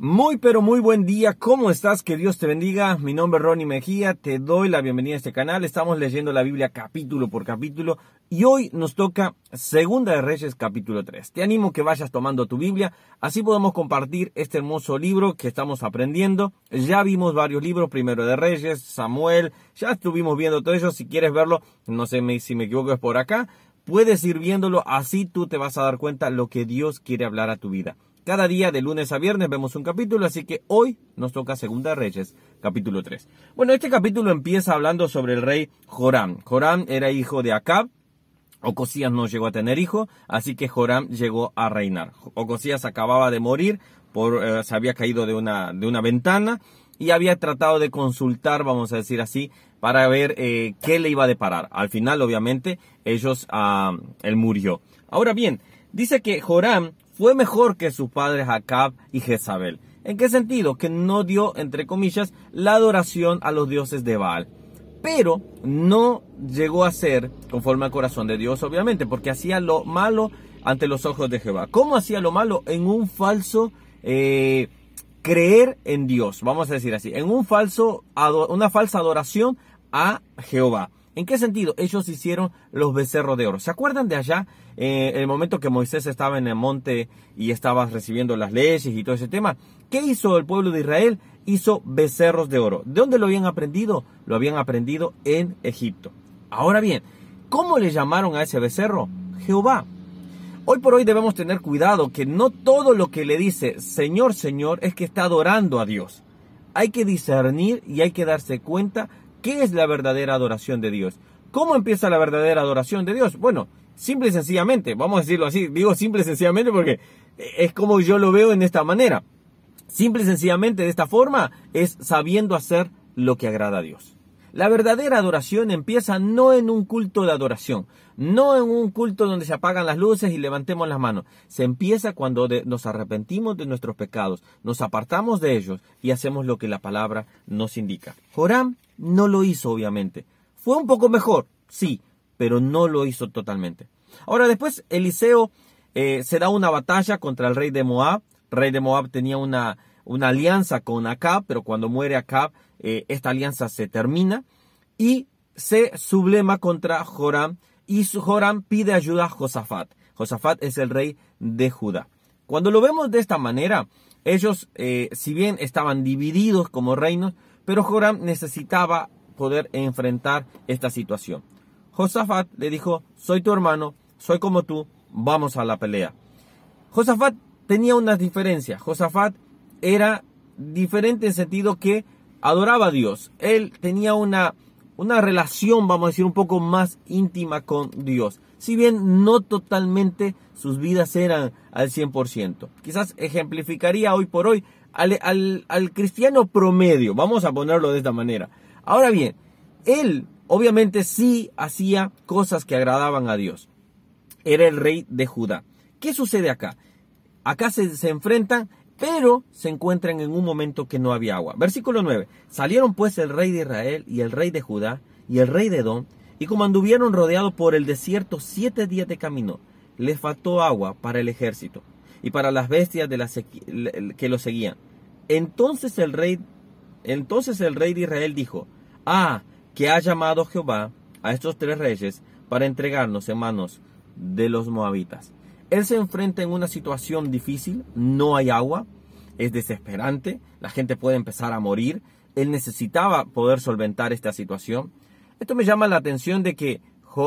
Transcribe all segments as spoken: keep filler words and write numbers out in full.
Muy pero muy buen día, ¿cómo estás? Que Dios te bendiga. Mi nombre es Ronnie Mejía, te doy la bienvenida a este canal. Estamos leyendo la Biblia capítulo por capítulo y hoy nos toca Segunda de Reyes capítulo tres. Te animo que vayas tomando tu Biblia, así podemos compartir este hermoso libro que estamos aprendiendo. Ya vimos varios libros, Primero de Reyes, Samuel, ya estuvimos viendo todo eso. Si quieres verlo, no sé si me equivoco, es por acá. Puedes ir viéndolo, así tú te vas a dar cuenta lo que Dios quiere hablar a tu vida. Cada día de lunes a viernes vemos un capítulo, así que hoy nos toca Segunda de Reyes, capítulo tres. Bueno, este capítulo empieza hablando sobre el rey Joram. Joram era hijo de Acab. Ocosías no llegó a tener hijo, así que Joram llegó a reinar. Ocosías acababa de morir, por, eh, se había caído de una, de una ventana y había tratado de consultar, vamos a decir así, para ver eh, qué le iba a deparar. Al final, obviamente, ellos, uh, él murió. Ahora bien, dice que Joram fue mejor que sus padres Acab y Jezabel. ¿En qué sentido? Que no dio, entre comillas, la adoración a los dioses de Baal. Pero no llegó a ser conforme al corazón de Dios, obviamente, porque hacía lo malo ante los ojos de Jehová. ¿Cómo hacía lo malo? En un falso eh, creer en Dios, vamos a decir así, en un falso, una falsa adoración a Jehová. ¿En qué sentido? Ellos hicieron los becerros de oro. ¿Se acuerdan de allá? Eh, el momento que Moisés estaba en el monte y estaba recibiendo las leyes y todo ese tema. ¿Qué hizo el pueblo de Israel? Hizo becerros de oro. ¿De dónde lo habían aprendido? Lo habían aprendido en Egipto. Ahora bien, ¿cómo le llamaron a ese becerro? Jehová. Hoy por hoy debemos tener cuidado que no todo lo que le dice Señor, Señor es que está adorando a Dios. Hay que discernir y hay que darse cuenta ¿qué es la verdadera adoración de Dios? ¿Cómo empieza la verdadera adoración de Dios? Bueno, simple y sencillamente, vamos a decirlo así, digo simple y sencillamente porque es como yo lo veo en esta manera. Simple y sencillamente de esta forma es sabiendo hacer lo que agrada a Dios. La verdadera adoración empieza no en un culto de adoración, no en un culto donde se apagan las luces y levantemos las manos. Se empieza cuando de, nos arrepentimos de nuestros pecados, nos apartamos de ellos y hacemos lo que la palabra nos indica. Joram no lo hizo, obviamente. Fue un poco mejor, sí, pero no lo hizo totalmente. Ahora después Eliseo eh, se da una batalla contra el rey de Moab. El rey de Moab tenía una, una alianza con Acab, pero cuando muere Acab, eh, esta alianza se termina y se sublema contra Joram. Y Joram pide ayuda a Josafat. Josafat es el rey de Judá. Cuando lo vemos de esta manera, ellos, eh, si bien estaban divididos como reinos, pero Joram necesitaba poder enfrentar esta situación. Josafat le dijo, soy tu hermano, soy como tú, vamos a la pelea. Josafat tenía unas diferencias. Josafat era diferente en sentido que adoraba a Dios. Él tenía una, una relación, vamos a decir, un poco más íntima con Dios. Si bien no totalmente sus vidas eran al cien por ciento. Quizás ejemplificaría hoy por hoy Al, al, al cristiano promedio, vamos a ponerlo de esta manera. Ahora bien, él obviamente sí hacía cosas que agradaban a Dios. Era el rey de Judá. ¿Qué sucede acá? Acá se, se enfrentan, pero se encuentran en un momento que no había agua. Versículo nueve. Salieron pues el rey de Israel y el rey de Judá y el rey de Edom, y como anduvieron rodeados por el desierto siete días de camino, les faltó agua para el ejército y para las bestias de la que lo seguían. Entonces el rey, entonces el rey de Israel dijo, ah, que ha llamado Jehová a estos tres reyes para entregarnos en manos de los moabitas. Él se enfrenta en una situación difícil, no hay agua, es desesperante, la gente puede empezar a morir. Él necesitaba poder solventar esta situación. Esto me llama la atención de que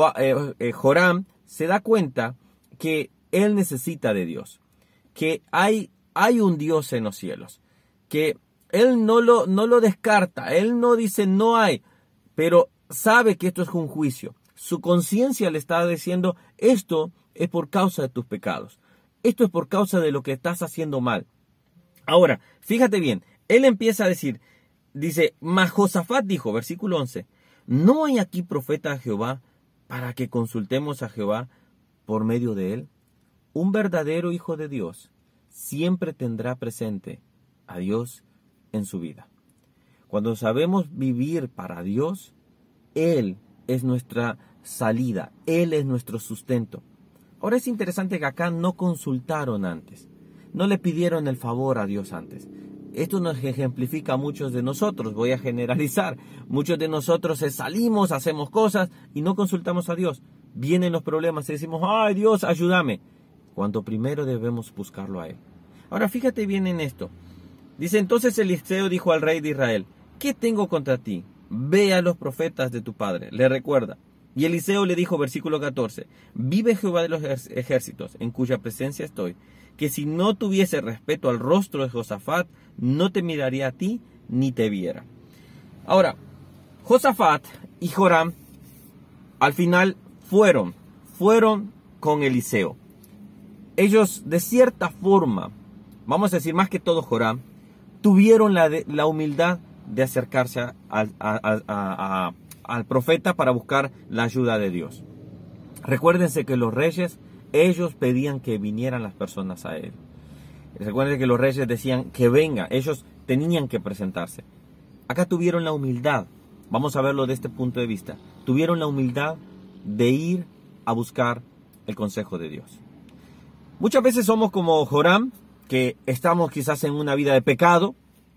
Joram se da cuenta que él necesita de Dios. Que hay, hay un Dios en los cielos, que él no lo, no lo descarta, él no dice no hay, pero sabe que esto es un juicio. Su conciencia le está diciendo esto es por causa de tus pecados, esto es por causa de lo que estás haciendo mal. Ahora, fíjate bien, él empieza a decir, dice, mas Josafat dijo, versículo once, ¿no hay aquí profeta de Jehová para que consultemos a Jehová por medio de él? Un verdadero hijo de Dios siempre tendrá presente a Dios en su vida. Cuando sabemos vivir para Dios, Él es nuestra salida, Él es nuestro sustento. Ahora es interesante que acá no consultaron antes, no le pidieron el favor a Dios antes. esto nos ejemplifica a muchos de nosotros, voy a generalizar. Muchos de nosotros salimos, hacemos cosas y no consultamos a Dios. Vienen los problemas y decimos, ay Dios, ayúdame. Cuando primero debemos buscarlo a Él. Ahora fíjate bien en esto. Dice, entonces Eliseo dijo al rey de Israel, ¿qué tengo contra ti? Ve a los profetas de tu padre. Le recuerda. Y Eliseo le dijo, versículo catorce, vive Jehová de los ejércitos, en cuya presencia estoy, que si no tuviese respeto al rostro de Josafat, no te miraría a ti, ni te viera. Ahora, Josafat y Joram, al final fueron, fueron con Eliseo. Ellos, de cierta forma, vamos a decir más que todo Joram, tuvieron la, de, la humildad de acercarse a, a, a, a, al profeta para buscar la ayuda de Dios. Recuérdense que los reyes, ellos pedían que vinieran las personas a él. Recuerden que los reyes decían que venga, ellos tenían que presentarse. Acá tuvieron la humildad, vamos a verlo de este punto de vista, tuvieron la humildad de ir a buscar el consejo de Dios. Muchas veces somos como Joram, que estamos quizás en una vida de pecado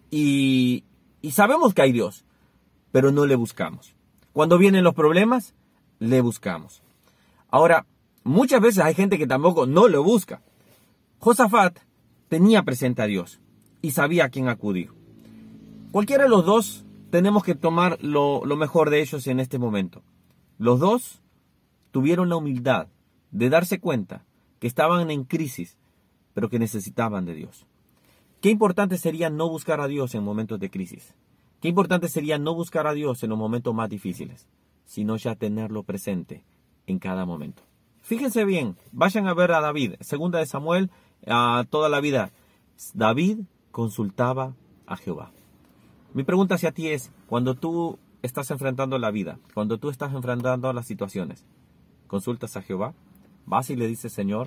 y, y sabemos que hay Dios, pero no le buscamos. Cuando vienen los problemas, le buscamos. Ahora, muchas veces hay gente que tampoco no lo busca. Josafat tenía presente a Dios y sabía a quién acudir. Cualquiera de los dos tenemos que tomar lo, lo mejor de ellos en este momento. Los dos tuvieron la humildad de darse cuenta que estaban en crisis, pero que necesitaban de Dios. Qué importante sería no buscar a Dios en momentos de crisis. Qué importante sería no buscar a Dios en los momentos más difíciles, sino ya tenerlo presente en cada momento. Fíjense bien, vayan a ver a David, segunda de Samuel, a toda la vida. David consultaba a Jehová. Mi pregunta hacia ti es, cuando tú estás enfrentando la vida, cuando tú estás enfrentando las situaciones, ¿consultas a Jehová? Vas y le dices, Señor,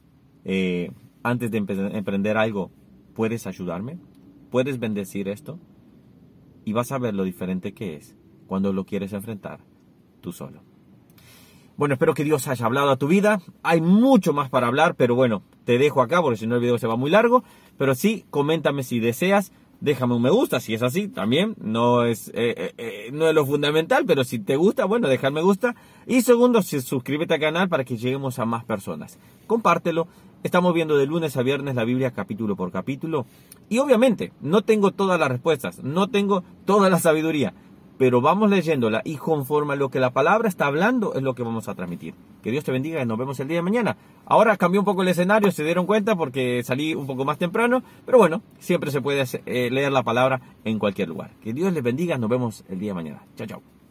eh, antes de emprender algo, ¿puedes ayudarme? ¿Puedes bendecir esto? Y vas a ver lo diferente que es cuando lo quieres enfrentar tú solo. Bueno, espero que Dios haya hablado a tu vida. Hay mucho más para hablar, pero bueno, te dejo acá porque si no el video se va muy largo. Pero sí, coméntame si deseas. Déjame un me gusta, si es así, también. No es, eh, eh, no es lo fundamental, pero si te gusta, bueno, deja el me gusta. Y segundo, suscríbete al canal para que lleguemos a más personas. Compártelo. Estamos viendo de lunes a viernes la Biblia capítulo por capítulo. Y obviamente, no tengo todas las respuestas, no tengo toda la sabiduría. Pero vamos leyéndola y conforme a lo que la palabra está hablando es lo que vamos a transmitir. Que Dios te bendiga y nos vemos el día de mañana. Ahora cambió un poco el escenario, se dieron cuenta porque salí un poco más temprano. Pero bueno, siempre se puede hacer, eh, leer la palabra en cualquier lugar. Que Dios les bendiga, nos vemos el día de mañana. Chao, chao.